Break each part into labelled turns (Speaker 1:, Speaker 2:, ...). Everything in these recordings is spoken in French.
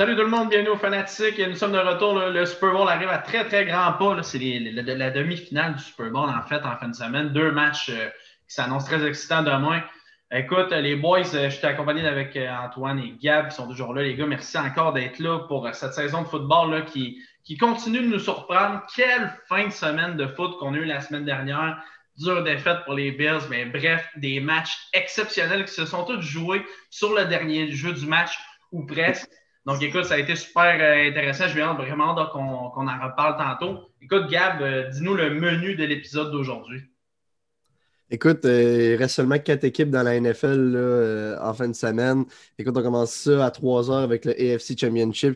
Speaker 1: Salut tout le monde, bienvenue aux Fanatiques. Nous sommes de retour. Le Super Bowl arrive à très, très grands pas. Là. C'est la demi-finale du Super Bowl, en fait, en fin de semaine. Deux matchs qui s'annoncent très excitants demain. Écoute, les boys, je suis accompagné avec Antoine et Gab qui sont toujours là. Les gars, merci encore d'être là pour cette saison de football là, qui continue de nous surprendre. Quelle fin de semaine de foot qu'on a eu la semaine dernière. Dure défaite pour les Bills, mais bref, des matchs exceptionnels qui se sont tous joués sur le dernier jeu du match ou presque. Donc, écoute, ça a été super intéressant. Je viens vraiment qu'on en reparle tantôt. Écoute, Gab, dis-nous le menu de l'épisode d'aujourd'hui.
Speaker 2: Écoute, il reste seulement 4 équipes dans la NFL là, en fin de semaine. Écoute, on commence ça à 3 heures avec le AFC Championship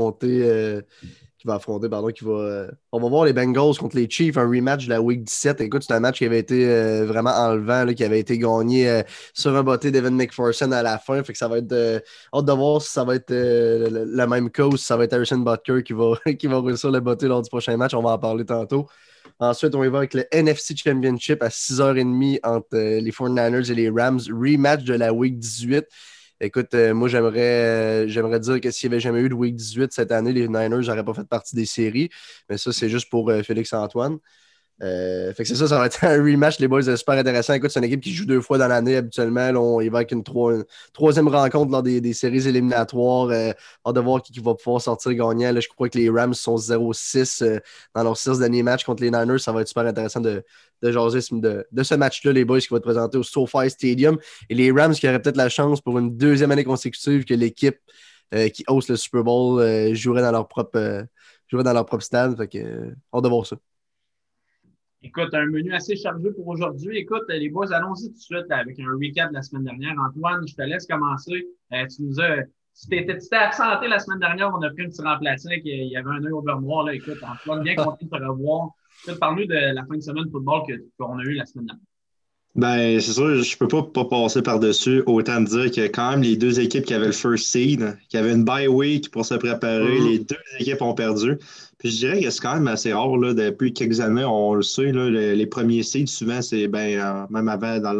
Speaker 2: on va voir les Bengals contre les Chiefs, un rematch de la Week 17. Écoute, c'est un match qui avait été vraiment enlevant, là, qui avait été gagné sur un botté d'Evan McPherson à la fin. Fait que ça va être hâte de voir si ça va être la même cause, si ça va être Harrison Butker qui va, qui va réussir le botté lors du prochain match. On va en parler tantôt. Ensuite, on y va avec le NFC Championship à 6h30 entre les 49ers et les Rams. Rematch de la Week 18. Écoute, moi, j'aimerais dire que s'il n'y avait jamais eu de Week 18 cette année, les Niners n'auraient pas fait partie des séries. Mais ça, c'est juste pour Félix-Antoine. Fait que c'est ça, ça va être un rematch, les boys, super intéressant. Écoute, c'est une équipe qui joue 2 fois dans l'année habituellement. Là, il va avec une troisième rencontre lors des séries éliminatoires. Hâte de voir qui va pouvoir sortir gagnant. Là, je crois que les Rams sont 0-6 dans leurs 6 derniers matchs contre les Niners. Ça va être super intéressant de jaser de ce match-là, les boys, qui vont être présentés au SoFi Stadium. Et les Rams qui auraient peut-être la chance pour une deuxième année consécutive que l'équipe qui hausse le Super Bowl jouerait dans leur propre stade. Fait que, hâte de voir ça.
Speaker 1: Écoute, un menu assez chargé pour aujourd'hui. Écoute, les boys, allons-y tout de suite là, avec un recap de la semaine dernière. Antoine, je te laisse commencer. Tu t'étais absenté la semaine dernière, on a pris un petit remplaçant, il y avait un œil au beurre noir. Là. Écoute, Antoine, bien content de te revoir. Écoute, parle-nous de la fin de semaine de football qu'on a eu la semaine dernière.
Speaker 3: Ben, c'est sûr, je peux pas passer par-dessus. Autant dire que quand même les deux équipes qui avaient le first seed, qui avaient une bye week pour se préparer,
Speaker 2: Mhm.
Speaker 3: les deux équipes ont perdu. Puis je dirais que c'est quand même assez rare, là, depuis quelques années, on le sait, là, les premiers seeds, souvent, c'est même avant, dans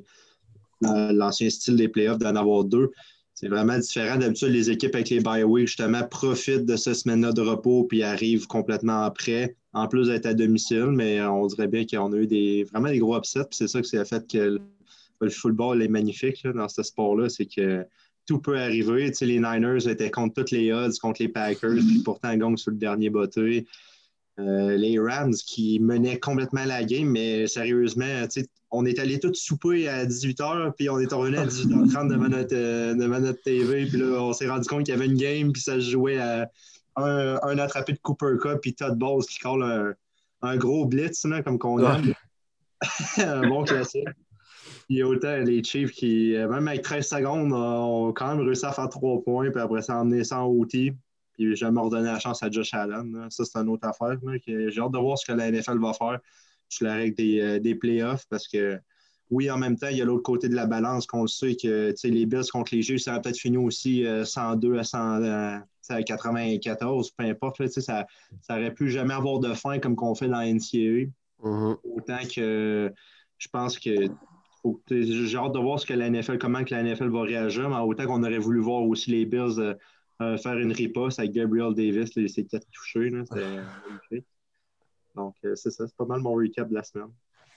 Speaker 3: l'ancien style des playoffs, d'en avoir deux. C'est vraiment différent. D'habitude, les équipes avec les bye week, justement, profitent de ce semaine-là de repos puis arrivent complètement après, en plus d'être à domicile. Mais on dirait bien qu'on a eu vraiment des gros upsets. Puis c'est ça que c'est le fait que le football est magnifique là, dans ce sport-là. C'est que tout peut arriver. Tu sais, les Niners étaient contre toutes les odds, contre les Packers, puis pourtant ils gagnent sur le dernier botté. Les Rams qui menaient complètement la game, mais sérieusement, on est allé tous souper à 18h, puis on est revenu à 18h30 devant notre TV, puis là, on s'est rendu compte qu'il y avait une game, puis ça se jouait à un attrapé de Cooper Cup, puis Todd Bowles qui colle un gros blitz, là, comme qu'on
Speaker 2: Ouais.
Speaker 3: aime. Un bon classique. Puis autant les Chiefs qui, même avec 13 secondes, ont quand même réussi à faire 3 points, puis après ça, emmener ça en OT. Puis jamais redonné la chance à Josh Allen. Là. Ça, c'est une autre affaire. Là, j'ai hâte de voir ce que la NFL va faire sur la règle des playoffs parce que, oui, en même temps, il y a l'autre côté de la balance qu'on le sait que les Bills contre les Chiefs, ça va peut-être fini aussi 102 à 100, à 94, peu importe. Là, ça aurait pu jamais avoir de fin comme qu'on fait dans la NCAA.
Speaker 2: Mhm.
Speaker 3: Autant que je pense que j'ai hâte de voir comment que la NFL va réagir, mais autant qu'on aurait voulu voir aussi les Bills faire une riposte avec Gabriel Davis, là, ses 4 touchés, là, c'était magnifique. Donc, c'est ça, c'est pas mal mon recap de la semaine.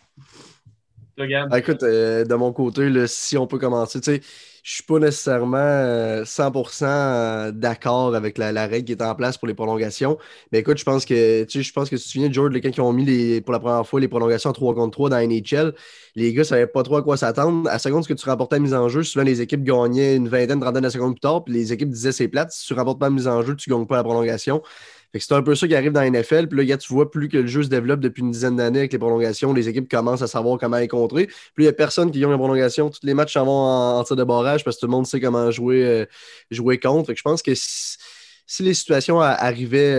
Speaker 1: Regarde.
Speaker 2: Ah, écoute, de mon côté, là, si on peut commencer, tu sais, je suis pas nécessairement 100% d'accord avec la règle qui est en place pour les prolongations. Mais écoute, je pense que si tu te souviens, George, quand ils ont mis pour la première fois les prolongations en 3 contre 3 dans la NHL, les gars savaient pas trop à quoi s'attendre. À la seconde que tu remportais la mise en jeu, souvent les équipes gagnaient une vingtaine, trentaine de secondes plus tard, puis les équipes disaient c'est plate, si tu remportes pas la mise en jeu, tu gagnes pas la prolongation. Fait que c'est un peu ça qui arrive dans la NFL. Puis là, gars, tu vois, plus que le jeu se développe depuis une dizaine d'années avec les prolongations, les équipes commencent à savoir comment les contrer. Puis il n'y a personne qui gagne la prolongation. Tous les matchs s'en vont en tir de barrage parce que tout le monde sait comment jouer contre. Fait que je pense que si les situations arrivaient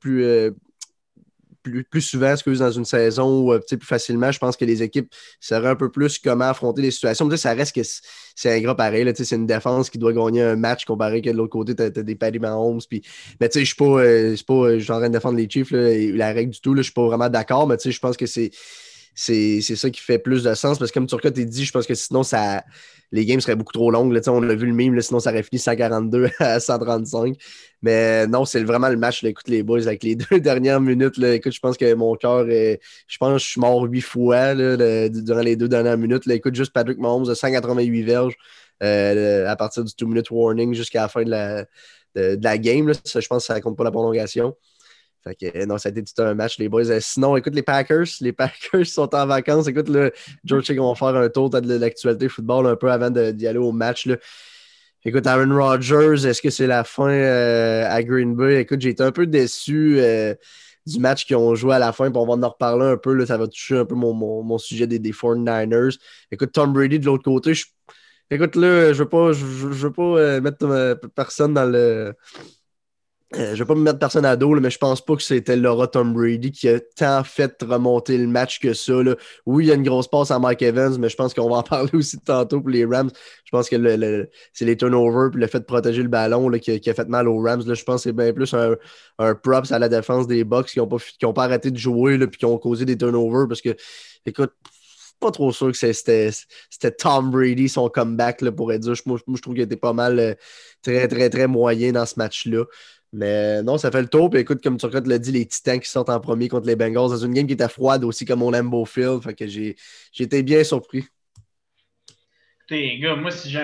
Speaker 2: plus souvent, excuse, dans une saison ou plus facilement, je pense que les équipes sauraient un peu plus comment affronter les situations. Mais ça reste que c'est un gros pareil. Là, c'est une défense qui doit gagner un match comparé que de l'autre côté, tu as des Patty Mahomes. Mais je suis pas, je suis en train de défendre les Chiefs là, et la règle du tout. Je suis pas vraiment d'accord, mais je pense que c'est ça qui fait plus de sens parce que comme Turcotte t'a dit, je pense que sinon les games seraient beaucoup trop longues. Là, on a vu le meme, là, sinon ça aurait fini 142 à 135. Mais non, c'est vraiment le match. Là, écoute, les boys, avec les 2 dernières minutes, là, écoute, je pense que mon cœur je pense que je suis mort 8 fois là, durant les 2 dernières minutes. Là, écoute, juste Patrick Mahomes de 188 verges à partir du 2-minute warning jusqu'à la fin de la game. Là. Ça, je pense que ça compte pas la prolongation. Fait que non, ça a été tout un match, les boys. Sinon, écoute, les Packers sont en vacances. Écoute, là, George, on va faire un tour de l'actualité football un peu avant d'y aller au match. Là. Écoute, Aaron Rodgers, est-ce que c'est la fin à Green Bay? Écoute, j'ai été un peu déçu du match qu'ils ont joué à la fin, puis on va en reparler un peu. Là, ça va toucher un peu mon sujet des 49ers. Écoute, Tom Brady de l'autre côté, écoute, là, je veux pas mettre personne dans le. Je vais pas me mettre personne à dos, là, mais je pense pas que c'était Laura Tom Brady qui a tant fait remonter le match que ça. Là. Oui, il y a une grosse passe à Mike Evans, mais je pense qu'on va en parler aussi tantôt pour les Rams. Je pense que c'est les turnovers et le fait de protéger le ballon là, qui a fait mal aux Rams. Là. Je pense que c'est bien plus un props à la défense des Bucks qui ont pas arrêté de jouer et qui ont causé des turnovers parce que, écoute, pas trop sûr que c'était Tom Brady, son comeback, là, pour être dire. Moi, je trouve qu'il était pas mal très, très, très moyen dans ce match-là. Mais non, ça fait le tour. Puis écoute, comme Turcotte l'a dit, les Titans qui sortent en premier contre les Bengals dans une game qui était froide aussi comme au Lambeau Field. Fait que j'ai été bien surpris.
Speaker 1: Écoutez, les gars, moi, si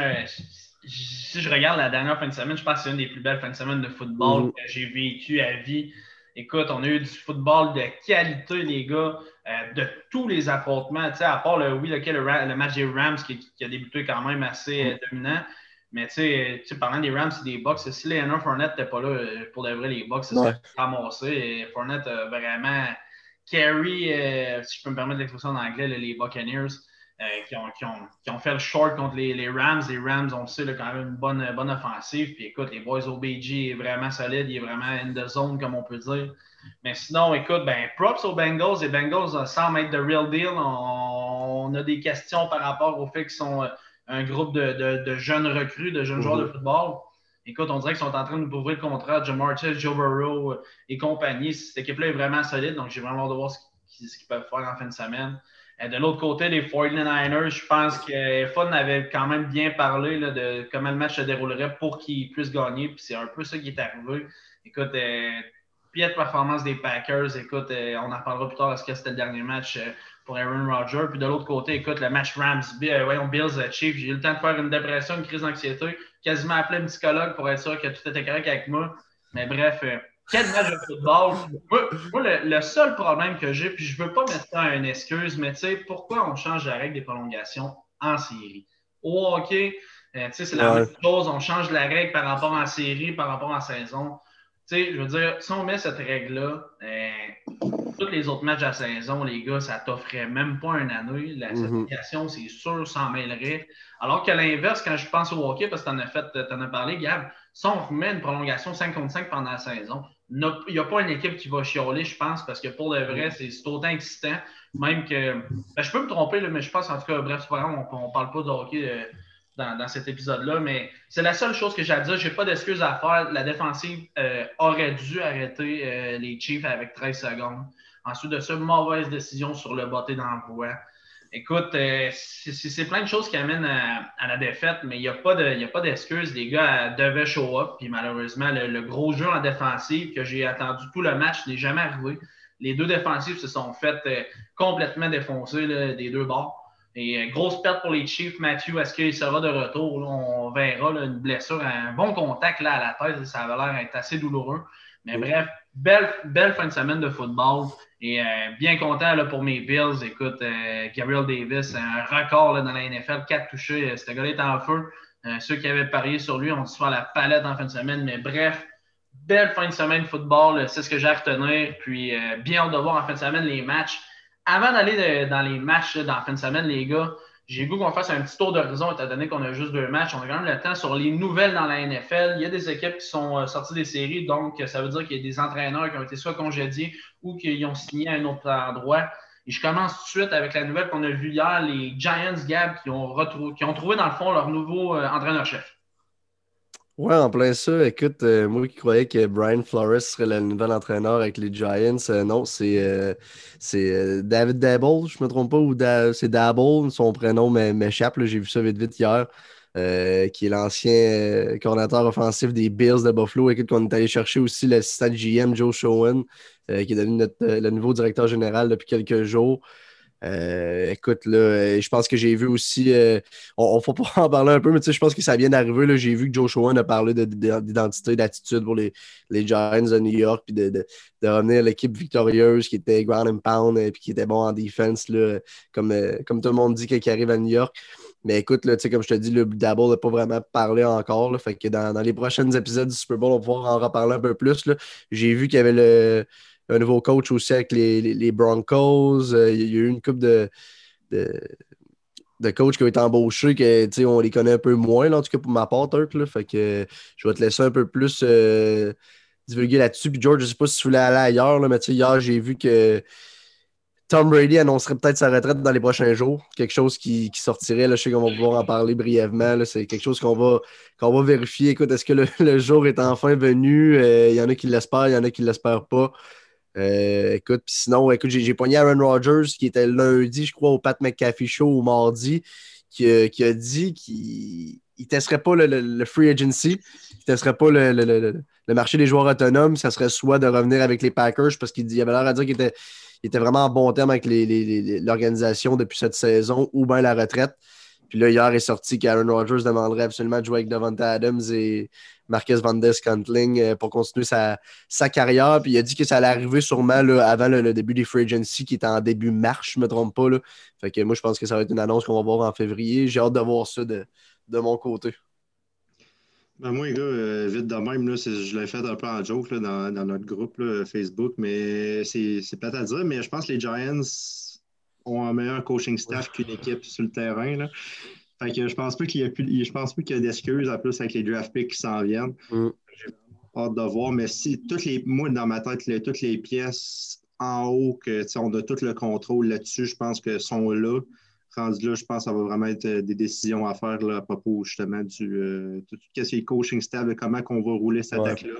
Speaker 1: je regarde la dernière fin de semaine, je pense que c'est une des plus belles fins de semaine de football que j'ai vécu à vie. Écoute, on a eu du football de qualité, les gars, de tous les affrontements. À part le match des Rams qui a débuté quand même assez dominant. Mais parlant des Rams et des Bucks, si Leonard Fournette n'était pas là, pour de vrai, les Bucks se seraient ramassés. Et Fournette a vraiment carry, si je peux me permettre l'expression en anglais, les Buccaneers. Qui ont fait le short contre les Rams. Les Rams, on le sait, là, quand même une bonne offensive. Puis écoute, les boys OBG est vraiment solide. Il est vraiment in the zone, comme on peut dire. Mais sinon, écoute, props aux Bengals. Les Bengals semblent être the real deal. On a des questions par rapport au fait qu'ils sont un groupe de jeunes recrues, de jeunes joueurs de football. Écoute, on dirait qu'ils sont en train de nous ouvrir le contrat. Jamar Chase, Joe Burrow et compagnie. Cette équipe-là est vraiment solide. Donc, j'ai vraiment hâte de voir ce qu'ils peuvent faire en fin de semaine. De l'autre côté, les 49ers, je pense que Fun avait quand même bien parlé là, de comment le match se déroulerait pour qu'ils puissent gagner. Puis c'est un peu ça qui est arrivé. Écoute, piètre performance des Packers. Écoute, on en parlera plus tard parce que c'était le dernier match pour Aaron Rodgers. Puis de l'autre côté, écoute, le match Rams, Bills, Chiefs, j'ai eu le temps de faire une dépression, une crise d'anxiété. Quasiment appelé un psychologue pour être sûr que tout était correct avec moi. Mais bref, quel match de football. Moi le seul problème que j'ai, puis je ne veux pas mettre ça à une excuse, mais tu sais, pourquoi on change la règle des prolongations en série? Au hockey, c'est la même chose. On change la règle par rapport en série, par rapport en saison. Tu sais, je veux dire, si on met cette règle-là, tous les autres matchs de la saison, les gars, ça t'offrait même pas une année. La certification, c'est sûr, s'en mêlerait. Alors qu'à l'inverse, quand je pense au hockey, parce que t'en as parlé, Gab, si on remet une prolongation 5 contre 5 pendant la saison, il n'y a pas une équipe qui va chialer, je pense, parce que pour le vrai, c'est autant excitant. Même que. Je peux me tromper, là, mais je pense, en tout cas, bref, c'est pas grave, on ne parle pas de hockey dans cet épisode-là, mais c'est la seule chose que j'ai à dire. Je n'ai pas d'excuses à faire. La défensive aurait dû arrêter les Chiefs avec 13 secondes. Ensuite de ça, mauvaise décision sur le botté d'envoi. Écoute, c'est plein de choses qui amènent à la défaite, mais il n'y a pas d'excuses. Les gars devaient show up, puis malheureusement, le gros jeu en défensive que j'ai attendu tout le match n'est jamais arrivé. Les deux défensives se sont faites complètement défoncer là, des deux bords. Et grosse perte pour les Chiefs. Matthew, est-ce qu'il sera de retour? Là, on verra là, une blessure, un bon contact là, à la tête. Ça avait l'air d'être assez douloureux. Mais bref, belle fin de semaine de football. Et bien content là, pour mes Bills. Écoute, Gabriel Davis, un record là, dans la NFL, 4 touchés. Ce gars-là est en feu. Ceux qui avaient parié sur lui ont dû se faire la palette en fin de semaine. Mais bref, belle fin de semaine de football. C'est ce que j'ai à retenir. Puis bien hâte de voir en fin de semaine les matchs. Avant d'aller dans les matchs dans la fin de semaine, les gars, j'ai le goût qu'on fasse un petit tour d'horizon étant donné qu'on a juste 2 matchs. On a quand même le temps sur les nouvelles dans la NFL. Il y a des équipes qui sont sorties des séries, donc ça veut dire qu'il y a des entraîneurs qui ont été soit congédiés ou qui ont signé à un autre endroit. Et je commence tout de suite avec la nouvelle qu'on a vue hier, les Giants, Gab, qui ont trouvé dans le fond leur nouveau entraîneur-chef.
Speaker 2: Ouais, en plein ça. Écoute, moi qui croyais que Brian Flores serait le nouvel entraîneur avec les Giants, non, c'est David Dabble, je me trompe pas, ou c'est Dabble, son prénom m'échappe, là, j'ai vu ça vite vite hier, qui est l'ancien coordinateur offensif des Bills de Buffalo. Écoute, qu'on est allé chercher aussi l'assistant GM Joe Schoen, qui est devenu le nouveau directeur général depuis quelques jours. Écoute, là, je pense que j'ai vu aussi, on faut pas en parler un peu, mais tu sais, je pense que ça vient d'arriver. Là, j'ai vu que Joe Schoen a parlé d'identité, d'attitude pour les Giants de New York, puis de revenir à l'équipe victorieuse qui était ground and pound, et puis qui était bon en defense, là, comme tout le monde dit qu'il arrive à New York. Mais écoute, là, comme je te dis, le Dabble n'a pas vraiment parlé encore. Là, fait que dans les prochains épisodes du Super Bowl, on va pouvoir en reparler un peu plus. Là. J'ai vu qu'il y avait un nouveau coach aussi avec les Broncos. Il y a eu une couple de, de coachs qui ont été embauchés que on les connaît un peu moins, là, en tout cas pour ma part, Turk. Là, fait que je vais te laisser un peu plus divulguer là-dessus. Puis George, je sais pas si tu voulais aller ailleurs, là, mais hier, j'ai vu que Tom Brady annoncerait peut-être sa retraite dans les prochains jours. Quelque chose qui sortirait. Là, je sais qu'on va pouvoir en parler brièvement. Là, c'est quelque chose qu'on va vérifier. Écoute, est-ce que le jour est enfin venu? Il y en a qui l'espèrent, il y en a qui ne l'espèrent pas. Écoute, puis sinon, écoute, j'ai pogné Aaron Rodgers qui était lundi, je crois, au Pat McAfee Show ou mardi, qui a dit qu'il ne testerait pas le free agency, il ne testerait pas le marché des joueurs autonomes. Ça serait soit de revenir avec les Packers parce qu'il avait l'air à dire qu'il était vraiment en bon terme avec l'organisation depuis cette saison ou bien la retraite. Puis là, hier est sorti qu'Aaron Rodgers demanderait absolument de jouer avec Davante Adams et Marquez Valdes-Scantling pour continuer sa carrière. Puis il a dit que ça allait arriver sûrement là, avant le début des free agency qui était en début mars, je ne me trompe pas. Là. Fait que moi, je pense que ça va être une annonce qu'on va voir en février. J'ai hâte de voir ça de mon côté.
Speaker 3: Ben moi, les gars, vite de même, là, je l'ai fait un peu en joke là, dans notre groupe là, Facebook, mais c'est plate à dire, mais je pense que les Giants ont un meilleur coaching staff qu'une équipe sur le terrain. Là. Fait que je pense pas je pense pas qu'il y a d'excuses en plus avec les draft picks qui s'en viennent.
Speaker 2: Mm.
Speaker 3: J'ai hâte de voir, mais si moi, dans ma tête, toutes les pièces en haut, que on a tout le contrôle là-dessus, je pense que sont là. Rendu là, je pense que ça va vraiment être des décisions à faire là, à propos justement de tout ce qui est coaching staff, de comment on va rouler cette attaque-là.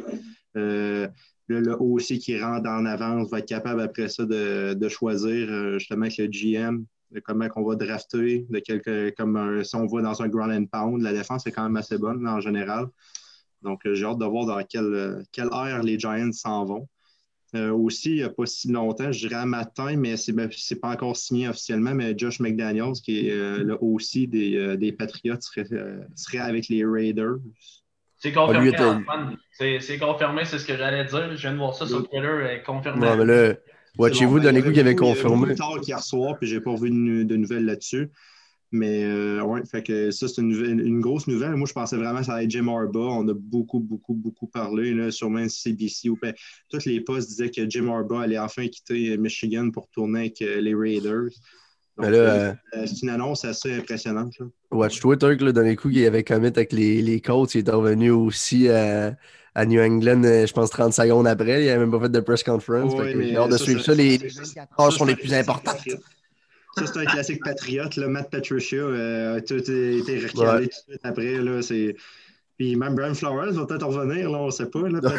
Speaker 3: Le OC qui rentre en avance va être capable après ça de choisir justement avec le GM de comment on va drafter, si on va dans un ground and pound. La défense est quand même assez bonne là, en général. Donc, j'ai hâte de voir dans quelle ère les Giants s'en vont. Aussi, il n'y a pas si longtemps, je dirais à matin, mais c'est pas encore signé officiellement, mais Josh McDaniels, qui est le OC des Patriots, serait avec les Raiders.
Speaker 1: C'est confirmé, Antoine. C'est confirmé, c'est ce que j'allais dire. Je viens de voir ça sur Twitter, confirmé.
Speaker 2: Non, mais là, watchez-vous, donnez coup qu'il avait confirmé.
Speaker 3: Il y avait tard hier soir, puis j'ai pas vu de nouvelles là-dessus. Mais ouais, fait que ça, c'est une grosse nouvelle. Moi, je pensais vraiment que ça allait être Jim Harbaugh. On a beaucoup, beaucoup, beaucoup parlé, là, sûrement CBC. Tous les postes disaient que Jim Harbaugh allait enfin quitter Michigan pour tourner avec les Raiders. Donc, c'est une annonce assez impressionnante. Là.
Speaker 2: Watch Twitter, là, dans les coups qu'il avait commit avec les Colts, il est revenu aussi à New England, je pense 30 secondes après. Il n'avait même pas fait de press conference.
Speaker 3: Oui, mais
Speaker 2: j'ai hâte de suivre ça. Les 24 heures sont les plus importantes.
Speaker 3: Ça, c'est un classique patriote. Là. Matt Patricia a tout été regardé tout de suite après. Là, puis même Brian Flores va peut-être revenir, là, on ne sait pas. Là,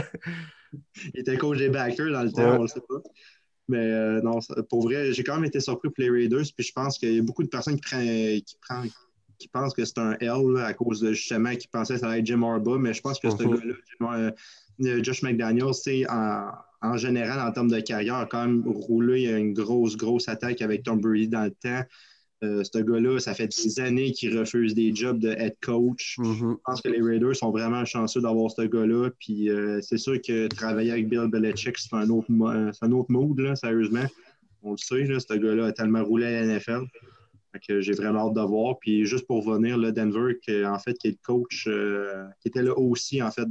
Speaker 3: il était coach des backers dans le temps, on ne le sait pas. Mais non, pour vrai, j'ai quand même été surpris pour les Raiders. Puis je pense qu'il y a beaucoup de personnes qui pensent que c'est un L là, à cause de justement qui pensaient que ça allait être Jim Harbaugh. Mais je pense que ce gars-là, Josh McDaniels, c'est en général, en termes de carrière, a quand même roulé une grosse attaque avec Tom Brady dans le temps. Ce gars-là, ça fait des années qu'il refuse des jobs de head coach. Je pense que les Raiders sont vraiment chanceux d'avoir ce gars-là. Puis c'est sûr que travailler avec Bill Belichick, c'est un autre mood, là, sérieusement. On le sait, là, ce gars-là a tellement roulé à la NFL. Fait que j'ai vraiment hâte de voir. Puis juste pour revenir, là, Denver, qui est le coach, qui était là aussi, en fait,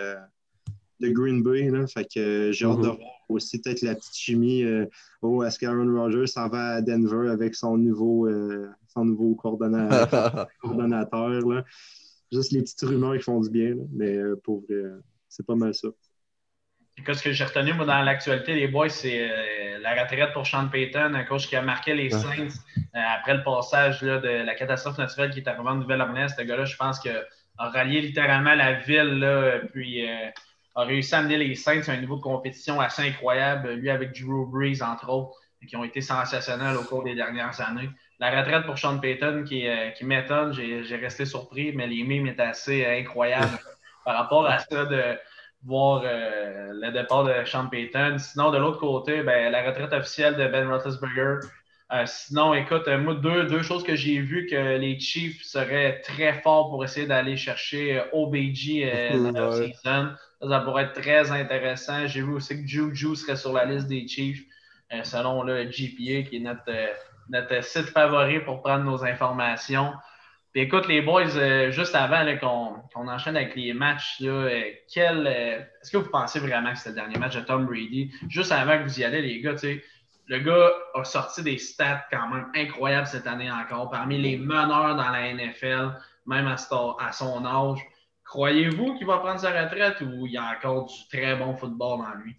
Speaker 3: de Green Bay. Là. Fait que j'ai hâte de voir aussi peut-être la petite chimie. Est-ce qu'Aaron Rodgers s'en va à Denver avec son nouveau coordonnateur? Là. Juste les petites rumeurs qui font du bien. Là. Mais pour vrai, c'est pas mal ça.
Speaker 1: Ce que j'ai retenu, moi, dans l'actualité, les boys, c'est la retraite pour Sean Payton, un coach qui a marqué les Saints après le passage là, de la catastrophe naturelle qui est arrivée en Nouvelle-Orléans. Ce gars-là, je pense que a rallié littéralement la ville, là, puis a réussi à amener les Saints à un niveau de compétition assez incroyable. Lui avec Drew Brees, entre autres, qui ont été sensationnels au cours des dernières années. La retraite pour Sean Payton qui m'étonne, j'ai resté surpris, mais les mimes étaient assez incroyables par rapport à ça de voir le départ de Sean Payton. Sinon, de l'autre côté, ben, la retraite officielle de Ben Roethlisberger. Sinon, écoute, moi, deux choses que j'ai vues que les Chiefs seraient très forts pour essayer d'aller chercher OBJ dans leur season. Ça pourrait être très intéressant. J'ai vu aussi que Juju serait sur la liste des Chiefs, selon le GPA, qui est notre site favori pour prendre nos informations. Puis écoute, les boys, juste avant là, qu'on enchaîne avec les matchs, là, est-ce que vous pensez vraiment que c'était le dernier match de Tom Brady? Juste avant que vous y allez, les gars, le gars a sorti des stats quand même incroyables cette année encore, parmi les meneurs dans la NFL, même à son âge. Croyez-vous qu'il va prendre sa retraite ou il y a encore du très bon football en lui?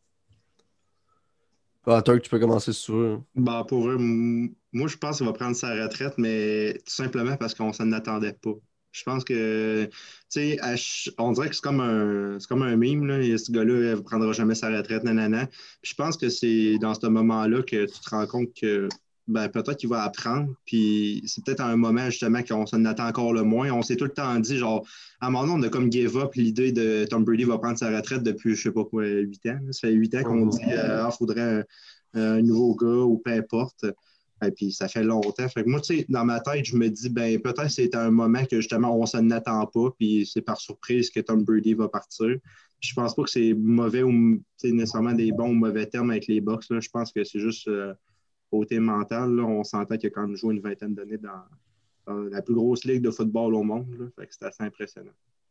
Speaker 2: Ah, toi, tu peux commencer si tu veux.
Speaker 3: Ben, pour eux, moi, je pense qu'il va prendre sa retraite, mais tout simplement parce qu'on s'en attendait pas. Je pense que, tu sais, on dirait que c'est comme un meme, là. Et ce gars-là, il ne prendra jamais sa retraite, nanana. Puis je pense que c'est dans ce moment-là que tu te rends compte que ben, peut-être qu'il va apprendre. Puis c'est peut-être à un moment, justement, qu'on s'en attend encore le moins. On s'est tout le temps dit, genre, à un moment donné, on a comme give up l'idée de Tom Brady va prendre sa retraite depuis, je sais pas quoi, 8 ans. Ça fait 8 ans qu'on dit, faudrait un nouveau gars ou peu importe. Et puis ça fait longtemps. Fait que moi, tu sais, dans ma tête, je me dis, ben peut-être c'est un moment que justement on s'en attend pas, puis c'est par surprise que Tom Brady va partir. Puis je pense pas que c'est mauvais ou nécessairement des bons ou mauvais termes avec les Bucks. Là. Je pense que c'est juste côté mental. Là. On s'entend qu'il a quand même joué une vingtaine d'années dans la plus grosse ligue de football au monde. Là. Fait que c'est assez impressionnant.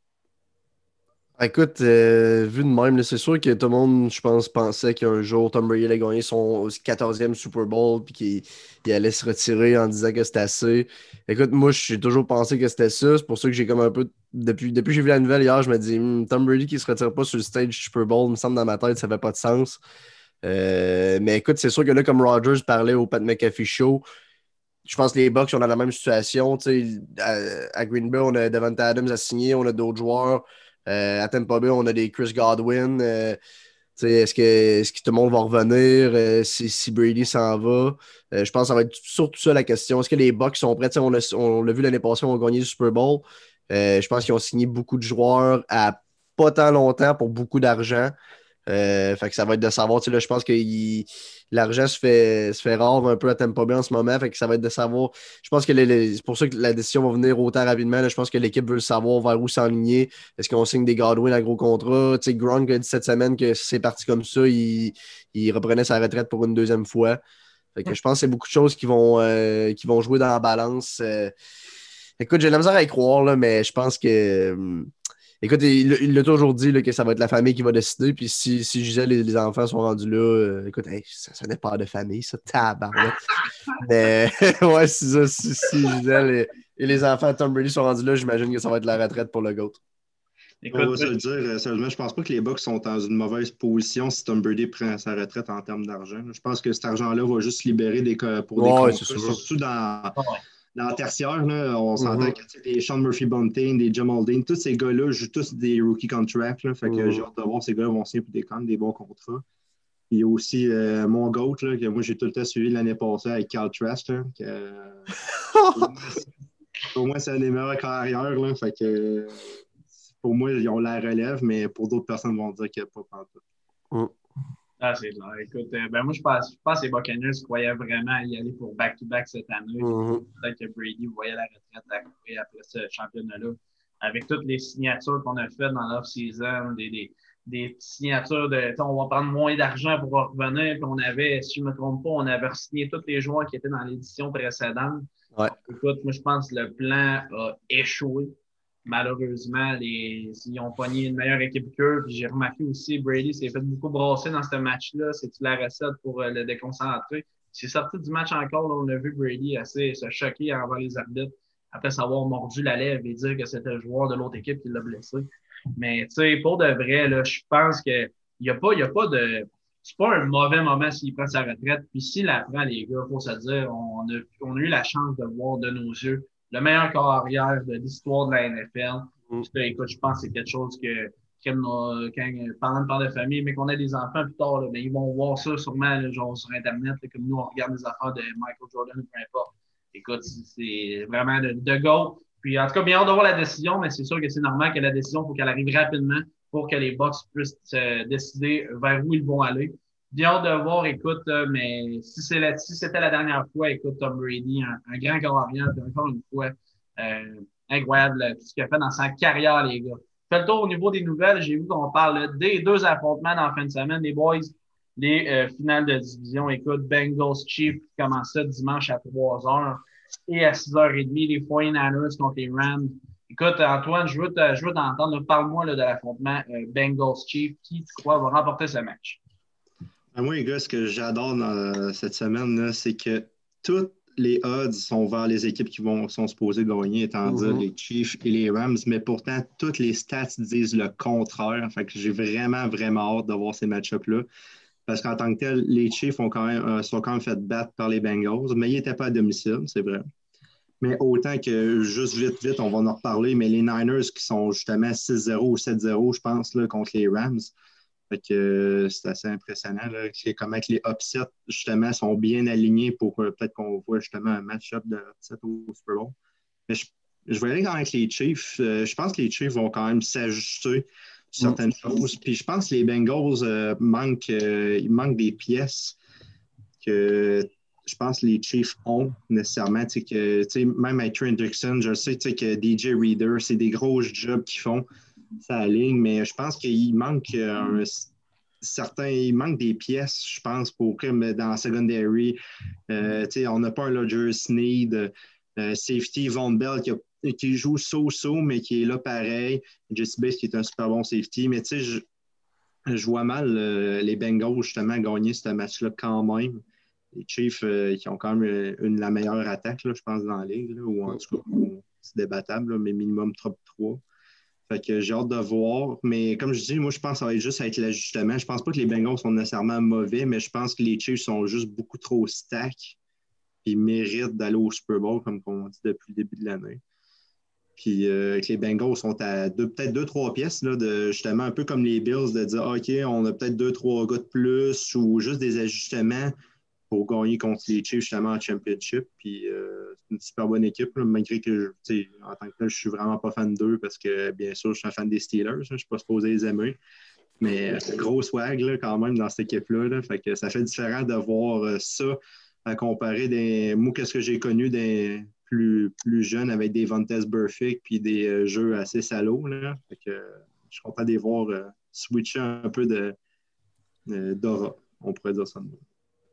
Speaker 2: Écoute, vu de même, là, c'est sûr que tout le monde, je pense, pensait qu'un jour Tom Brady allait gagner son 14e Super Bowl puis qu'il allait se retirer en disant que c'était assez. Écoute, moi, j'ai toujours pensé que c'était ça. C'est pour ça que j'ai comme un peu. Depuis que j'ai vu la nouvelle hier, je me dis, Tom Brady qui se retire pas sur le stage Super Bowl, il me semble dans ma tête, ça fait pas de sens. Mais écoute, c'est sûr que là, comme Rogers parlait au Pat McAfee Show, je pense que les Bucks, on a la même situation. À Green Bay, on a Davante Adams à signer, on a d'autres joueurs. À Tampa Bay, on a des Chris Godwin. Est-ce que tout le monde va revenir si Brady s'en va? Je pense que ça va être surtout ça la question. Est-ce que les Bucks sont prêts? On l'a vu l'année passée, on a gagné le Super Bowl. Je pense qu'ils ont signé beaucoup de joueurs à pas tant longtemps pour beaucoup d'argent. Fait que ça va être de savoir, là, je pense que l'argent se fait rare un peu à Tampa Bay en ce moment. Fait que ça va être de savoir. Je pense que c'est pour ça que la décision va venir autant rapidement. Là. Je pense que l'équipe veut savoir vers où s'enligner. Est-ce qu'on signe des Godwin à gros contrat? Gronk a dit cette semaine que c'est parti comme ça. Il reprenait sa retraite pour une deuxième fois. Fait que je pense que c'est beaucoup de choses qui vont jouer dans la balance. Écoute, j'ai de la misère à y croire, là, mais je pense que. Écoute, il l'a toujours dit là, que ça va être la famille qui va décider. Puis si Gisèle et les enfants sont rendus là, écoute, hey, ça n'est pas de famille, ça, tabarouette. Mais ouais, si Gisèle et les enfants de Tom Brady sont rendus là, j'imagine que ça va être la retraite pour le GOAT.
Speaker 3: Écoute, on va se le dire, sérieusement, je pense pas que les Bucks sont dans une mauvaise position si Tom Brady prend sa retraite en termes d'argent. Je pense que cet argent-là va juste se libérer pour des contrats, surtout dans le tertiaire. Là, on s'entend que des Sean Murphy-Bunting, des Jamal Dean, tous ces gars-là jouent tous des rookie contracts. Là, fait que j'ai hâte de voir ces gars-là vont signer pour des bons contrats. Il y a aussi mon GOAT, là, que moi j'ai tout le temps suivi l'année passée avec Cal Trask. Pour moi, c'est un des meilleurs carrières. Là, fait que pour moi, ils ont la relève, mais pour d'autres personnes vont dire qu'il n'y a pas pantoute.
Speaker 1: Ah, c'est clair. Écoute, moi, je pense que les Buccaneers croyaient vraiment y aller pour back-to-back cette année. Peut-être que Brady voyait la retraite arriver après ce championnat-là. Avec toutes les signatures qu'on a faites dans l'off-season, des signatures on va prendre moins d'argent pour revenir. Puis on avait, si je ne me trompe pas, on avait signé tous les joueurs qui étaient dans l'édition précédente.
Speaker 2: Ouais.
Speaker 1: Écoute, moi, je pense que le plan a échoué. Malheureusement, ils ont pogné une meilleure équipe qu'eux. Puis j'ai remarqué aussi, Brady s'est fait beaucoup brasser dans ce match-là. C'est-tu la recette pour le déconcentrer? C'est sorti du match encore. Là, on a vu Brady assez se choquer envers les arbitres après s'avoir mordu la lèvre et dire que c'était le joueur de l'autre équipe qui l'a blessé. Mais tu sais, pour de vrai, là, je pense qu'il n'y a pas de. C'est pas un mauvais moment s'il prend sa retraite. Puis s'il la prend, les gars, il faut se dire, on a eu la chance de voir de nos yeux le meilleur corps arrière de l'histoire de la NFL.
Speaker 2: Mm.
Speaker 1: Puis ça, écoute, je pense que c'est quelque chose que parlant de père de famille, mais qu'on a des enfants plus tard, là, ben, ils vont voir ça sûrement là, genre sur Internet, là, comme nous, on regarde des affaires de Michael Jordan ou peu importe. Écoute, c'est vraiment de go. Puis en tout cas, bien hâte de voir la décision, mais c'est sûr que c'est normal que la décision, il faut qu'elle arrive rapidement pour que les Bucks puissent décider vers où ils vont aller. Bien hâte de voir, écoute, mais si c'était la dernière fois, écoute, Tom Brady, un grand corps arrière, puis encore une fois, incroyable tout ce qu'il a fait dans sa carrière, les gars. Fait le tour au niveau des nouvelles. J'ai vu qu'on parle là, des deux affrontements dans la fin de semaine, les boys, les finales de division. Écoute, Bengals Chiefs qui commence ça dimanche à 3h et à 6h30, les 49ers contre les Rams. Écoute, Antoine, je veux t'entendre. Parle-moi là, de l'affrontement Bengals Chiefs. Qui, tu crois, va remporter ce match?
Speaker 3: Moi, les gars, ce que j'adore dans cette semaine, c'est que toutes les odds sont vers les équipes qui sont supposées gagner, étant dire les Chiefs et les Rams, mais pourtant, toutes les stats disent le contraire. Fait que j'ai vraiment, vraiment hâte de voir ces match-ups-là. Parce qu'en tant que tel, les Chiefs sont quand même fait battre par les Bengals, mais ils n'étaient pas à domicile, c'est vrai. Mais autant que, juste vite, on va en reparler, mais les Niners qui sont justement 6-0 ou 7-0, je pense, là, contre les Rams, fait que c'est assez impressionnant là, comment les upsets, justement, sont bien alignés pour peut-être qu'on voit justement un match-up de upset au Super Bowl. Mais je vais aller quand même avec les Chiefs. Je pense que les Chiefs vont quand même s'ajuster sur certaines choses. Puis je pense que les Bengals il manque des pièces que je pense que les Chiefs ont nécessairement. Même avec Trent Dixon, je sais que DJ Reader, c'est des gros jobs qu'ils font sa ligne, mais je pense qu'il manque il manque des pièces, je pense, pour comme dans la secondary. On n'a pas un Rodgers Sneed, safety Von Bell qui joue so-so, mais qui est là pareil. Jesse Bates qui est un super bon safety, mais je vois mal les Bengals justement gagner ce match-là quand même. Les Chiefs qui ont quand même la meilleure attaque, là, je pense, dans la ligue, là, ou en tout cas, c'est débattable, là, mais minimum top 3. Fait que j'ai hâte de voir. Mais comme je dis, moi, je pense que ça va juste être l'ajustement. Je pense pas que les Bengals sont nécessairement mauvais, mais je pense que les Chiefs sont juste beaucoup trop stack. Ils méritent d'aller au Super Bowl, comme on dit depuis le début de l'année. Puis que les Bengals sont à peut-être 2-3 pièces, là, de, justement, un peu comme les Bills, de dire OK, on a peut-être 2-3 gars de plus ou juste des ajustements pour gagner contre les Chiefs justement en championship. Puis c'est une super bonne équipe, là, malgré que en tant que tel, je suis vraiment pas fan d'eux parce que bien sûr, je suis un fan des Steelers. Là, je ne suis pas supposé les aimer. Mais gros swag là, quand même dans cette équipe-là. Là, fait que ça fait différent de voir ça à comparer moi, qu'est-ce que j'ai connu des plus jeunes avec des Vontaze Burfict puis des jeux assez salauds. Là. Fait que je suis content de les voir switcher un peu d'aura. On pourrait dire ça de moi.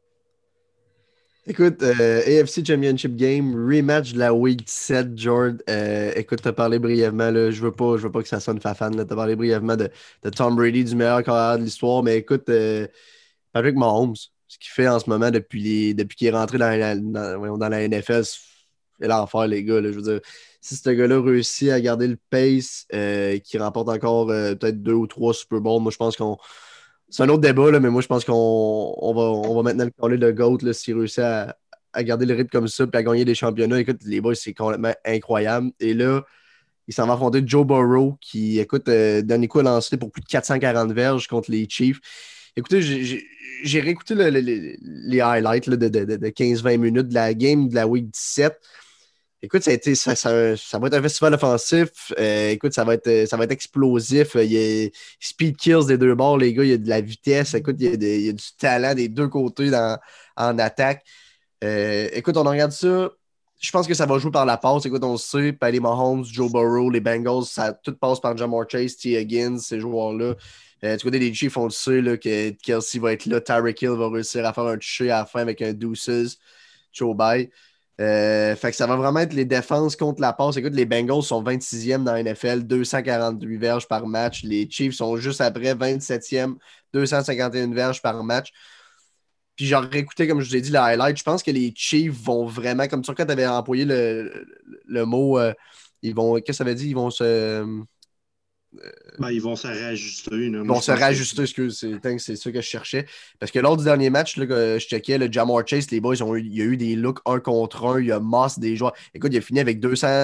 Speaker 2: Écoute, AFC Championship Game, rematch de la Week 7, George. Écoute, t'as parlé brièvement, là, je veux pas que ça sonne fafane, là, t'as parlé brièvement de Tom Brady, du meilleur carrière de l'histoire, mais écoute, Patrick Mahomes, ce qu'il fait en ce moment depuis qu'il est rentré dans la NFL, c'est l'enfer, les gars. Là, je veux dire, si ce gars-là réussit à garder le pace, qu'il remporte encore peut-être 2 ou 3 Super Bowls, moi, je pense qu'on c'est un autre débat, là, mais moi, je pense qu'on va maintenant le coller le GOAT s'il réussit à garder le rythme comme ça et à gagner des championnats. Écoute, les boys, c'est complètement incroyable. Et là, il s'en va affronter Joe Burrow qui, écoute, dernier coup a lancé pour plus de 440 verges contre les Chiefs. Écoutez, j'ai réécouté les highlights là, de 15-20 minutes de la game de la Week 17. Écoute, ça va être un festival offensif. Écoute, ça va être explosif. Il y a speed kills des deux bords, les gars. Il y a de la vitesse. Écoute, il y a du talent des deux côtés en attaque. Écoute, on regarde ça. Je pense que ça va jouer par la passe. Écoute, on le sait. Patty Mahomes, Joe Burrow, les Bengals, ça tout passe par Ja'Marr Chase, T. Higgins, ces joueurs-là. Du côté des Chiefs, on le sait là, que Kelsey va être là. Tyreek Hill va réussir à faire un toucher à la fin avec un Deuces. Joe Bye. Fait que ça va vraiment être les défenses contre la passe. Écoute, les Bengals sont 26e dans la NFL, 248 verges par match. Les Chiefs sont juste après 27e, 251 verges par match. Puis j'aurais écouté, comme je vous ai dit, le highlight. Je pense que les Chiefs vont vraiment, comme ça, quand tu avais employé le mot, ils vont, qu'est-ce que ça veut dire? Ils vont se.
Speaker 3: Ils vont se réajuster.
Speaker 2: Ils vont se réajuster, excuse, c'est ça que je cherchais. Parce que lors du dernier match, là, que je checkais, le Ja'Marr Chase, les boys, il y a eu des looks 1 contre 1, il y a masse des joueurs. Écoute, il a fini avec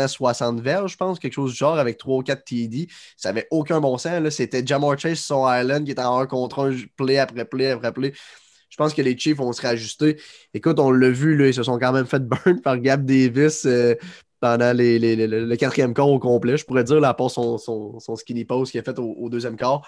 Speaker 2: 260 verges, je pense, quelque chose du genre, avec 3 ou 4 TD. Ça n'avait aucun bon sens. Là. C'était Ja'Marr Chase sur son Island qui était en 1 contre 1, play après play après play. Je pense que les Chiefs vont se réajuster. Écoute, on l'a vu, là, ils se sont quand même fait burn par Gab Davis pendant le quatrième quart au complet. Je pourrais dire, là, à part son skinny pose qu'il a fait au deuxième quart.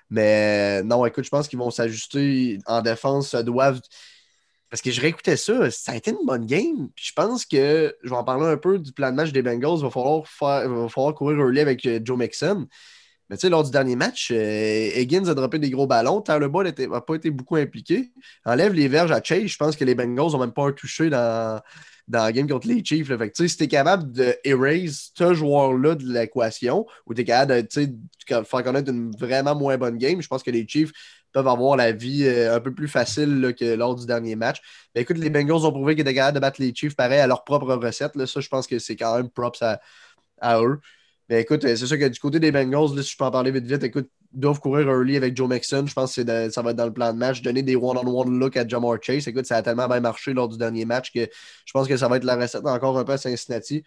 Speaker 2: Mais non, écoute, je pense qu'ils vont s'ajuster en défense, se doivent. Parce que je réécoutais ça, ça a été une bonne game. Puis je pense que, je vais en parler un peu du plan de match des Bengals, il va falloir courir early avec Joe Mixon. Mais tu sais, lors du dernier match, Higgins a droppé des gros ballons. Tyler Boyd n'a pas été beaucoup impliqué. Enlève les verges à Chase. Je pense que les Bengals n'ont même pas un touché dans la game contre les Chiefs. Là. Fait que, si tu es capable de erase ce joueur-là de l'équation, ou tu es capable de faire connaître une vraiment moins bonne game, je pense que les Chiefs peuvent avoir la vie un peu plus facile là, que lors du dernier match. Mais écoute, les Bengals ont prouvé qu'ils étaient capables de battre les Chiefs pareil à leur propre recette. Là. Ça, je pense que c'est quand même props à eux. Mais écoute, c'est sûr que du côté des Bengals, là, si je peux en parler vite vite, écoute, ils doivent courir early avec Joe Mixon. Je pense que ça va être dans le plan de match. Donner des one-on-one looks à Ja'Marr Chase. Écoute, ça a tellement bien marché lors du dernier match que je pense que ça va être la recette encore un peu à Cincinnati.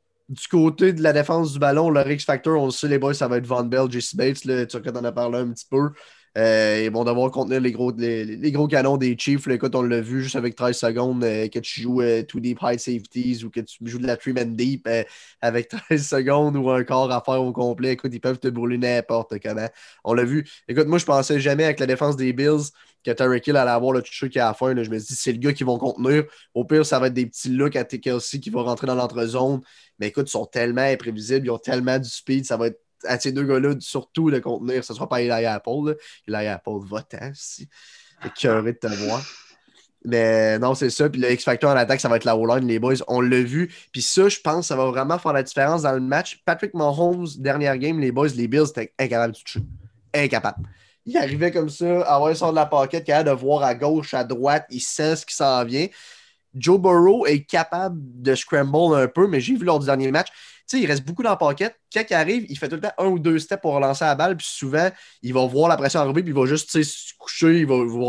Speaker 2: Du côté de la défense du ballon, le X-Factor, on le sait, les boys, ça va être Von Bell, Jesse Bates. Là, tu en as parlé un petit peu. Ils vont devoir contenir les gros canons des Chiefs. Là, écoute, on l'a vu juste avec 13 secondes que tu joues two deep high safeties ou que tu joues de la 3-man deep avec 13 secondes ou un quart à faire au complet. Écoute, ils peuvent te brûler n'importe comment. On l'a vu. Écoute, moi, je pensais jamais avec la défense des Bills que Tyreek Hill allait avoir le toucher qu'il a à la fin. Là. Je me suis dit, c'est le gars qui vont contenir. Au pire, ça va être des petits looks à Kelsey qui va rentrer dans l'entrezone. Mais écoute, ils sont tellement imprévisibles, ils ont tellement du speed, ça va être à ces deux gars-là, surtout de contenir. Ce ne sera pas Eli Apple. Eli Apple, va-t'en, si. T'es curé de te voir. Mais non, c'est ça. Puis le X-Factor en attaque, ça va être la O-line, les boys. On l'a vu. Puis ça, je pense, ça va vraiment faire la différence dans le match. Patrick Mahomes, dernière game, les boys, les Bills, étaient incapables de toucher. Incapable. Il arrivait comme ça, à avoir sort de la pocket, capable de voir à gauche, à droite, il sent ce qui s'en vient. Joe Burrow est capable de scramble un peu, mais j'ai vu lors du dernier match, tu sais, il reste beaucoup dans le pocket. Quand il arrive, il fait tout le temps un ou deux steps pour relancer la balle, puis souvent, il va voir la pression arriver, puis il va juste se coucher, il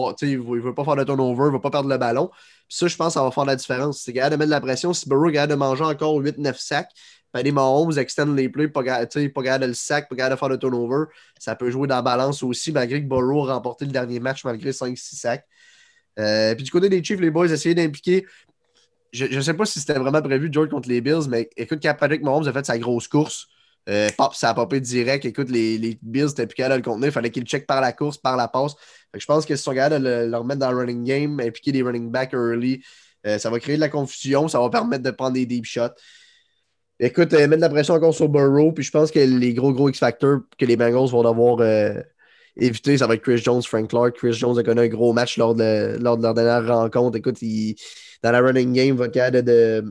Speaker 2: va pas faire de turnover, il va pas perdre le ballon. Puis ça, je pense, ça va faire la différence. C'est capable de mettre de la pression. Si Burrow est capable de manger encore 8-9 sacs, puis les Mahomes extend les plays, pas capable de le sac, pas capable de faire de turnover, ça peut jouer dans la balance aussi, malgré que Burrow a remporté le dernier match, malgré 5-6 sacs. Puis du côté des Chiefs, les boys essayaient d'impliquer. Je ne sais pas si c'était vraiment prévu, George, contre les Bills, mais écoute, quand Patrick Mahomes a fait sa grosse course, pop, ça a popé direct. Écoute, les Bills n'étaient plus capables de le contenir. Il fallait qu'ils le checkent par la course, par la passe. Fait que je pense que si on regarde de le remettre dans le running game, impliquer les running backs early, ça va créer de la confusion. Ça va permettre de prendre des deep shots. Écoute, mettre de la pression encore sur Burrow, puis je pense que les gros X-Factors que les Bengals vont devoir éviter, ça va être Chris Jones, Frank Clark. Chris Jones a connu un gros match lors de leur dernière rencontre. Écoute, dans la running game, il va être capable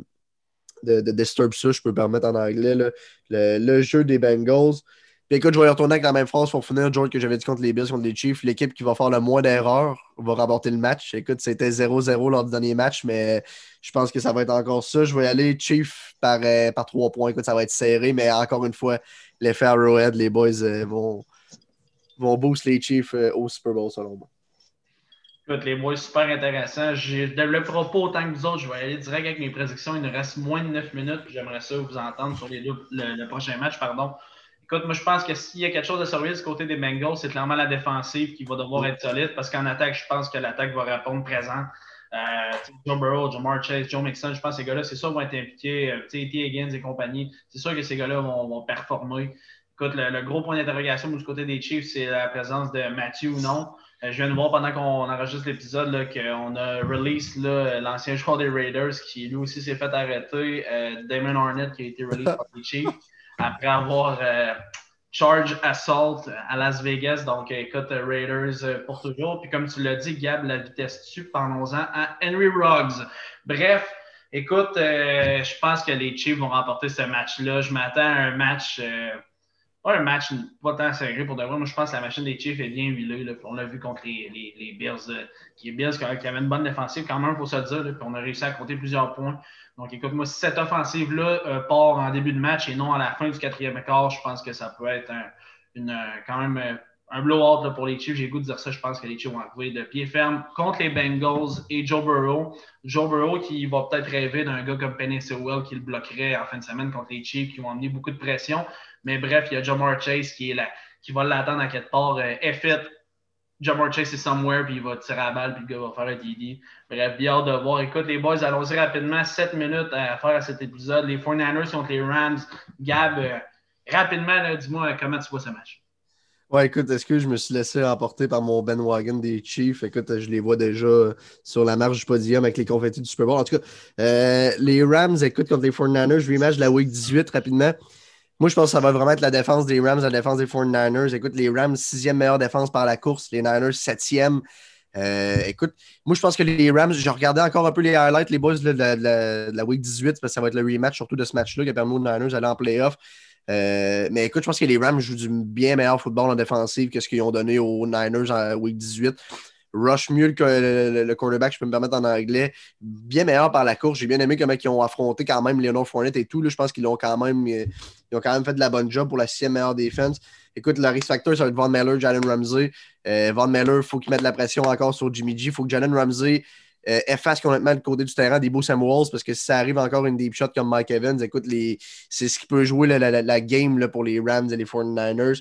Speaker 2: de disturb ça, je peux me permettre en anglais, là, le jeu des Bengals. Puis écoute, je vais y retourner avec la même phrase pour finir, George, que j'avais dit contre les Bills, contre les Chiefs. L'équipe qui va faire le moins d'erreurs va remporter le match. Écoute, c'était 0-0 lors du dernier match, mais je pense que ça va être encore ça. Je vais y aller Chiefs par 3 points. Écoute, ça va être serré, mais encore une fois, l'effet Arrowhead, les boys vont boost les Chiefs au Super Bowl, selon moi.
Speaker 1: Écoute, les boys, super intéressants. Je ne développerai pas autant que vous autres. Je vais aller direct avec mes prédictions. Il nous reste moins de 9 minutes. J'aimerais ça vous entendre sur le prochain match. Pardon. Écoute, moi, je pense que s'il y a quelque chose à surveiller du côté des Bengals, c'est clairement la défensive qui va devoir être solide parce qu'en attaque, je pense que l'attaque va répondre présent. Joe Burrow, Ja'Marr Chase, Joe Mixon, je pense que ces gars-là, c'est sûr, vont être impliqués. T. Higgins et compagnie, c'est sûr que ces gars-là vont performer. Écoute, le gros point d'interrogation du côté des Chiefs, c'est la présence de Mathieu ou non. Je viens de voir pendant qu'on enregistre l'épisode là, qu'on a release là, l'ancien joueur des Raiders qui lui aussi s'est fait arrêter, Damon Arnett qui a été release par les Chiefs après avoir charge assault à Las Vegas. Donc, écoute, Raiders pour toujours. Puis comme tu l'as dit, Gab, la vitesse tue, parlons-en à Henry Ruggs. Bref, écoute, je pense que les Chiefs vont remporter ce match-là. Je m'attends à un match... pas un match pas tant serré pour de vrai. Moi, je pense que la machine des Chiefs est bien huilée. Là. On l'a vu contre les Bills, qui avaient une bonne défensive quand même, il faut se le dire. Là, puis on a réussi à compter plusieurs points. Donc, écoute, moi, si cette offensive-là part en début de match et non à la fin du quatrième quart, je pense que ça peut être quand même un blowout là, pour les Chiefs. J'ai le goût de dire ça. Je pense que les Chiefs vont arriver de pied ferme contre les Bengals et Joe Burrow. Joe Burrow qui va peut-être rêver d'un gars comme Penny Sewell qui le bloquerait en fin de semaine contre les Chiefs qui vont amener beaucoup de pression. Mais bref, il y a Ja'Marr Chase qui va l'attendre à quelque part. F-it. Ja'Marr Chase est somewhere, puis il va tirer la balle, puis le gars va faire un TD. Bref, bien hâte de voir. Écoute, les boys, allons-y rapidement. 7 minutes à faire à cet épisode. Les 49ers contre les Rams. Gab, rapidement, là, dis-moi comment tu vois ce match.
Speaker 2: Ouais, écoute, est-ce que je me suis laissé emporter par mon bandwagon des Chiefs? Écoute, je les vois déjà sur la marge du podium avec les confettis du Super Bowl. En tout cas, les Rams, écoute, contre les 49ers, rematch de la Week 18 rapidement. Moi, je pense que ça va vraiment être la défense des Rams, la défense des 49ers. Écoute, les Rams, 6e meilleure défense par la course. Les Niners, 7e. Écoute, moi, je pense que les Rams, je regardais encore un peu les highlights, les boys de la Week 18, parce que ça va être le rematch surtout de ce match-là qui a permis aux Niners d'aller en playoff. Mais écoute, je pense que les Rams jouent du bien meilleur football en défensive que ce qu'ils ont donné aux Niners en Week 18. Rush mieux que le quarterback, je peux me permettre en anglais. Bien meilleur par la course. J'ai bien aimé comment ils ont affronté quand même Leonard Fournette et tout. Là, je pense qu'ils ont quand même fait de la bonne job pour la 6e meilleure défense. Écoute, le risk factor, ça va être Von Miller, Jalen Ramsey. Von Miller, il faut qu'il mette de la pression encore sur Jimmy G. Il faut que Jalen Ramsey efface complètement le côté du terrain des Beau Samuels parce que si ça arrive encore une deep shot comme Mike Evans, écoute, c'est ce qui peut jouer la game là, pour les Rams et les 49ers.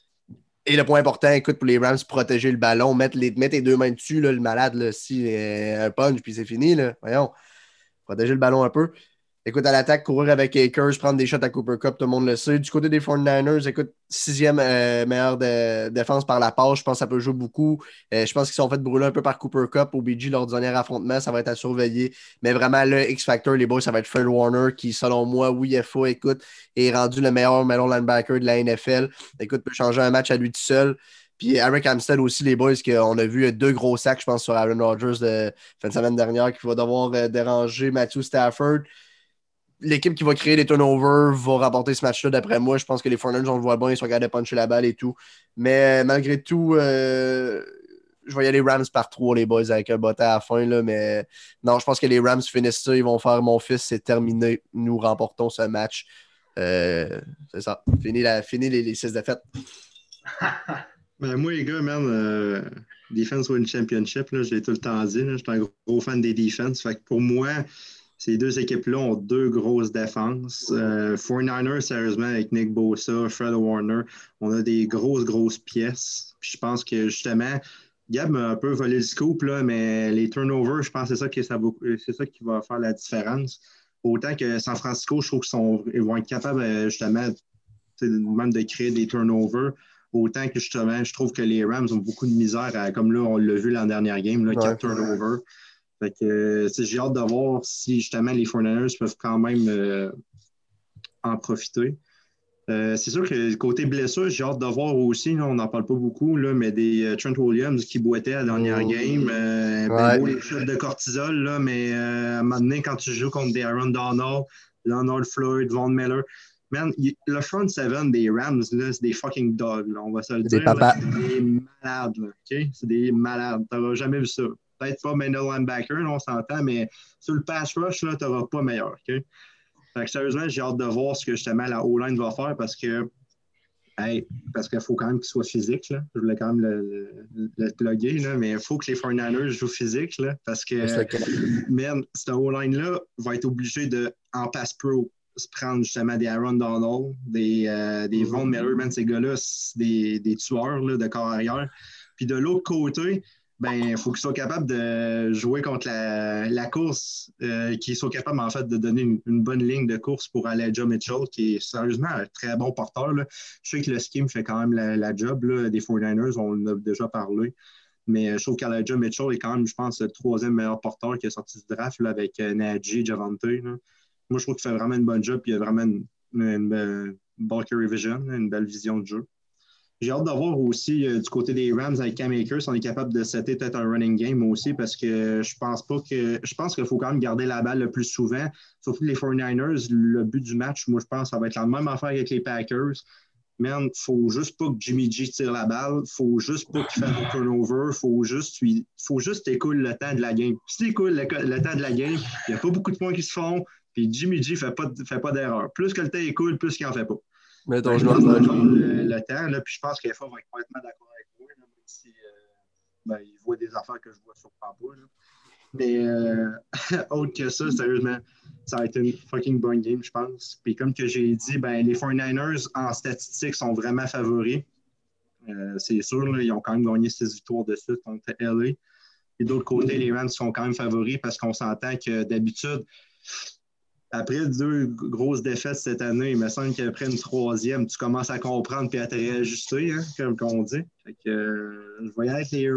Speaker 2: Et le point important, écoute, pour les Rams, protéger le ballon, mettre les 2 mains dessus, là, le malade, là, si un punch, puis c'est fini. Là. Voyons, protéger le ballon un peu. Écoute, à l'attaque, courir avec Akers, prendre des shots à Cooper Kupp, tout le monde le sait. Du côté des 49ers, écoute, 6e meilleure défense par la passe. Je pense que ça peut jouer beaucoup. Je pense qu'ils sont fait brûler un peu par Cooper Kupp au BG lors du dernier affrontement. Ça va être à surveiller. Mais vraiment, le X-Factor, les boys, ça va être Fred Warner qui, selon moi, oui, FA, écoute, est rendu le meilleur middle linebacker de la NFL. Écoute, peut changer un match à lui tout seul. Puis Eric Armstead aussi, les boys, qu'on a vu 2 gros sacs, je pense, sur Aaron Rodgers de fin de semaine dernière, qui va devoir déranger Matthew Stafford. L'équipe qui va créer des turnovers va remporter ce match-là, d'après moi. Je pense que les 49ers, on le voit bien, ils sont capables de puncher la balle et tout. Mais malgré tout, je vais y aller Rams par 3, les boys, avec un bottin à la fin. Là, mais non, je pense que les Rams finissent ça. Ils vont faire mon fils, c'est terminé. Nous remportons ce match. C'est ça. Fini les 6 défaites.
Speaker 3: Ben, moi, les gars, man, Defense Win Championship, là, je l'ai tout le temps dit. Je suis un gros fan des defense. Fait que pour moi, ces 2 équipes-là ont 2 grosses défenses. 49ers, sérieusement, avec Nick Bosa, Fred Warner, on a des grosses pièces. Puis je pense que, justement, Gab m'a un peu volé le scoop, là, mais les turnovers, je pense que c'est ça qui va faire la différence. Autant que San Francisco, je trouve qu'ils vont être capables, justement, même de créer des turnovers. Autant que, justement, je trouve que les Rams ont beaucoup de misère, comme là, on l'a vu l'an dernière game, là, 4 turnovers. Fait que j'ai hâte de voir si justement les 49ers peuvent quand même en profiter. C'est sûr que côté blessure, j'ai hâte de voir aussi, là, on n'en parle pas beaucoup, là, mais des Trent Williams qui boitait à la dernière game. Beau les shots de cortisol, là, mais à un moment donné, quand tu joues contre des Aaron Donald, Leonard Floyd, Von Miller, man, le front seven des Rams, là, c'est des fucking dogs, là, on va se le dire. C'est des malades, là, OK? C'est des malades. T'auras jamais vu ça. Peut-être pas middle linebacker, là, on s'entend, mais sur le pass rush, tu n'auras pas meilleur. Okay? Fait que, sérieusement, j'ai hâte de voir ce que justement la O-line va faire parce qu'il faut quand même qu'il soit physique. Là. Je voulais quand même le plugger, là, mais il faut que les 49ers jouent physique là, parce que man, cette O-line-là va être obligé de, en pass pro, se prendre justement des Aaron Donald, des Von Miller, man, ces gars-là, des tueurs là, de corps arrière. Puis de l'autre côté, il faut qu'ils soient capables de jouer contre la course, qu'ils soient capables, en fait, de donner une bonne ligne de course pour Elijah Mitchell, qui est sérieusement un très bon porteur. Là. Je sais que le scheme fait quand même la job là, des 49ers, on en a déjà parlé. Mais je trouve qu'Elijah Mitchell est quand même, je pense, le 3e meilleur porteur qui est sorti du draft là, avec Najee, Javante. Là. Moi, je trouve qu'il fait vraiment une bonne job, puis il a vraiment une Bulky Vision, une belle vision de jeu. J'ai hâte de voir aussi du côté des Rams avec Cam Akers, on est capable de setter peut-être un running game aussi parce que je pense qu'il faut quand même garder la balle le plus souvent. Surtout les 49ers, le but du match, moi je pense que ça va être la même affaire avec les Packers. Man, faut juste pas que Jimmy G tire la balle, faut juste pas qu'il fasse un turnover, faut juste t'écouler le temps de la game. Si t'écoules le temps de la game, il n'y a pas beaucoup de points qui se font, puis Jimmy G fait pas d'erreur. Plus que le temps écoule, plus qu'il en fait pas.
Speaker 2: Mets ton genou en
Speaker 3: le temps, là, puis je pense qu'FA va être complètement d'accord avec moi, là, même si il voit des affaires que je vois sur pas. Là. Mais autre que ça, sérieusement, ça a été une fucking bonne game, je pense. Puis comme que j'ai dit, les 49ers, en statistiques, sont vraiment favoris. C'est sûr, là, ils ont quand même gagné 6 victoires de suite contre LA. Et d'autre côté, les Rams sont quand même favoris parce qu'on s'entend que d'habitude, après 2 grosses défaites cette année, il me semble qu'après une 3e, tu commences à comprendre et à te réajuster, hein, comme on dit. Fait que, je voyais avec les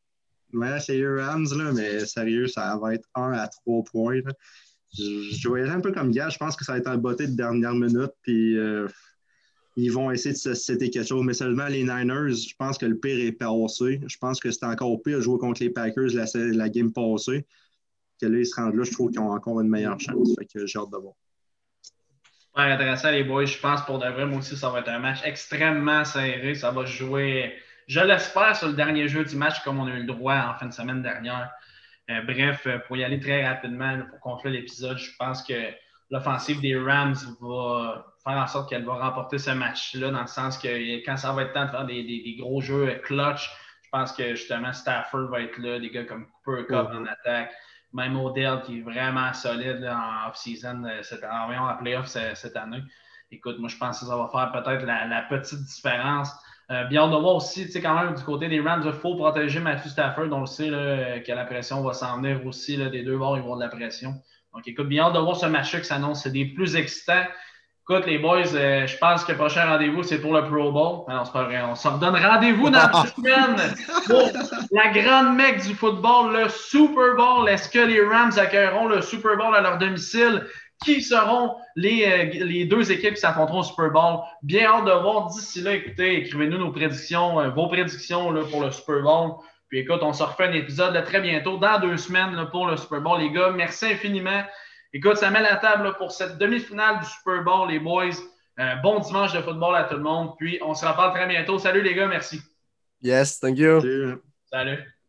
Speaker 3: Rams, là, mais sérieux, ça va être 1 à 3 points. Là. Je voyais un peu comme gars, je pense que ça va être un botté de dernière minute, puis ils vont essayer de se citer quelque chose. Mais seulement les Niners, je pense que le pire est passé. Je pense que c'était encore pire de jouer contre les Packers la game passée. Que là, ils se rendent là, je trouve qu'ils ont encore une meilleure chance. Fait que j'ai hâte de voir.
Speaker 1: Ouais, intéressant, les boys. Je pense pour de vrai, moi aussi, ça va être un match extrêmement serré. Ça va se jouer, je l'espère, sur le dernier jeu du match, comme on a eu le droit en fin de semaine dernière. Bref, pour y aller très rapidement, pour conclure l'épisode, je pense que l'offensive des Rams va faire en sorte qu'elle va remporter ce match-là, dans le sens que quand ça va être temps de faire des gros jeux clutch, je pense que justement Stafford va être là, des gars comme Cooper Kupp en attaque. Même Odell qui est vraiment solide là, en off-season, en playoff cette année. Écoute, moi je pense que ça va faire peut-être la petite différence. Bien, on va voir aussi, tu sais, quand même, du côté des Rams, il faut protéger Matthew Stafford. On le sait là, que la pression va s'en venir aussi. Là, des deux bords, ils vont avoir de la pression. Donc, écoute, bien hâte de voir ce match-là qui s'annonce. C'est des plus excitants. Écoute, les boys, je pense que le prochain rendez-vous, c'est pour le Pro Bowl. Alors, c'est pas vrai. On se redonne rendez-vous dans 2 semaines pour la grande mecque du football, le Super Bowl. Est-ce que les Rams accueilleront le Super Bowl à leur domicile? Qui seront les 2 équipes qui s'affronteront au Super Bowl? Bien hâte de voir. D'ici là, écoutez, écrivez-nous nos prédictions, vos prédictions là, pour le Super Bowl. Puis écoute, on se refait un épisode là, très bientôt, dans 2 semaines là, pour le Super Bowl, les gars. Merci infiniment. Écoute, ça met la table là, pour cette demi-finale du Super Bowl, les boys. Bon dimanche de football à tout le monde. Puis on se reparle très bientôt. Salut les gars, merci.
Speaker 2: Yes, thank you.
Speaker 3: Salut.
Speaker 1: Salut.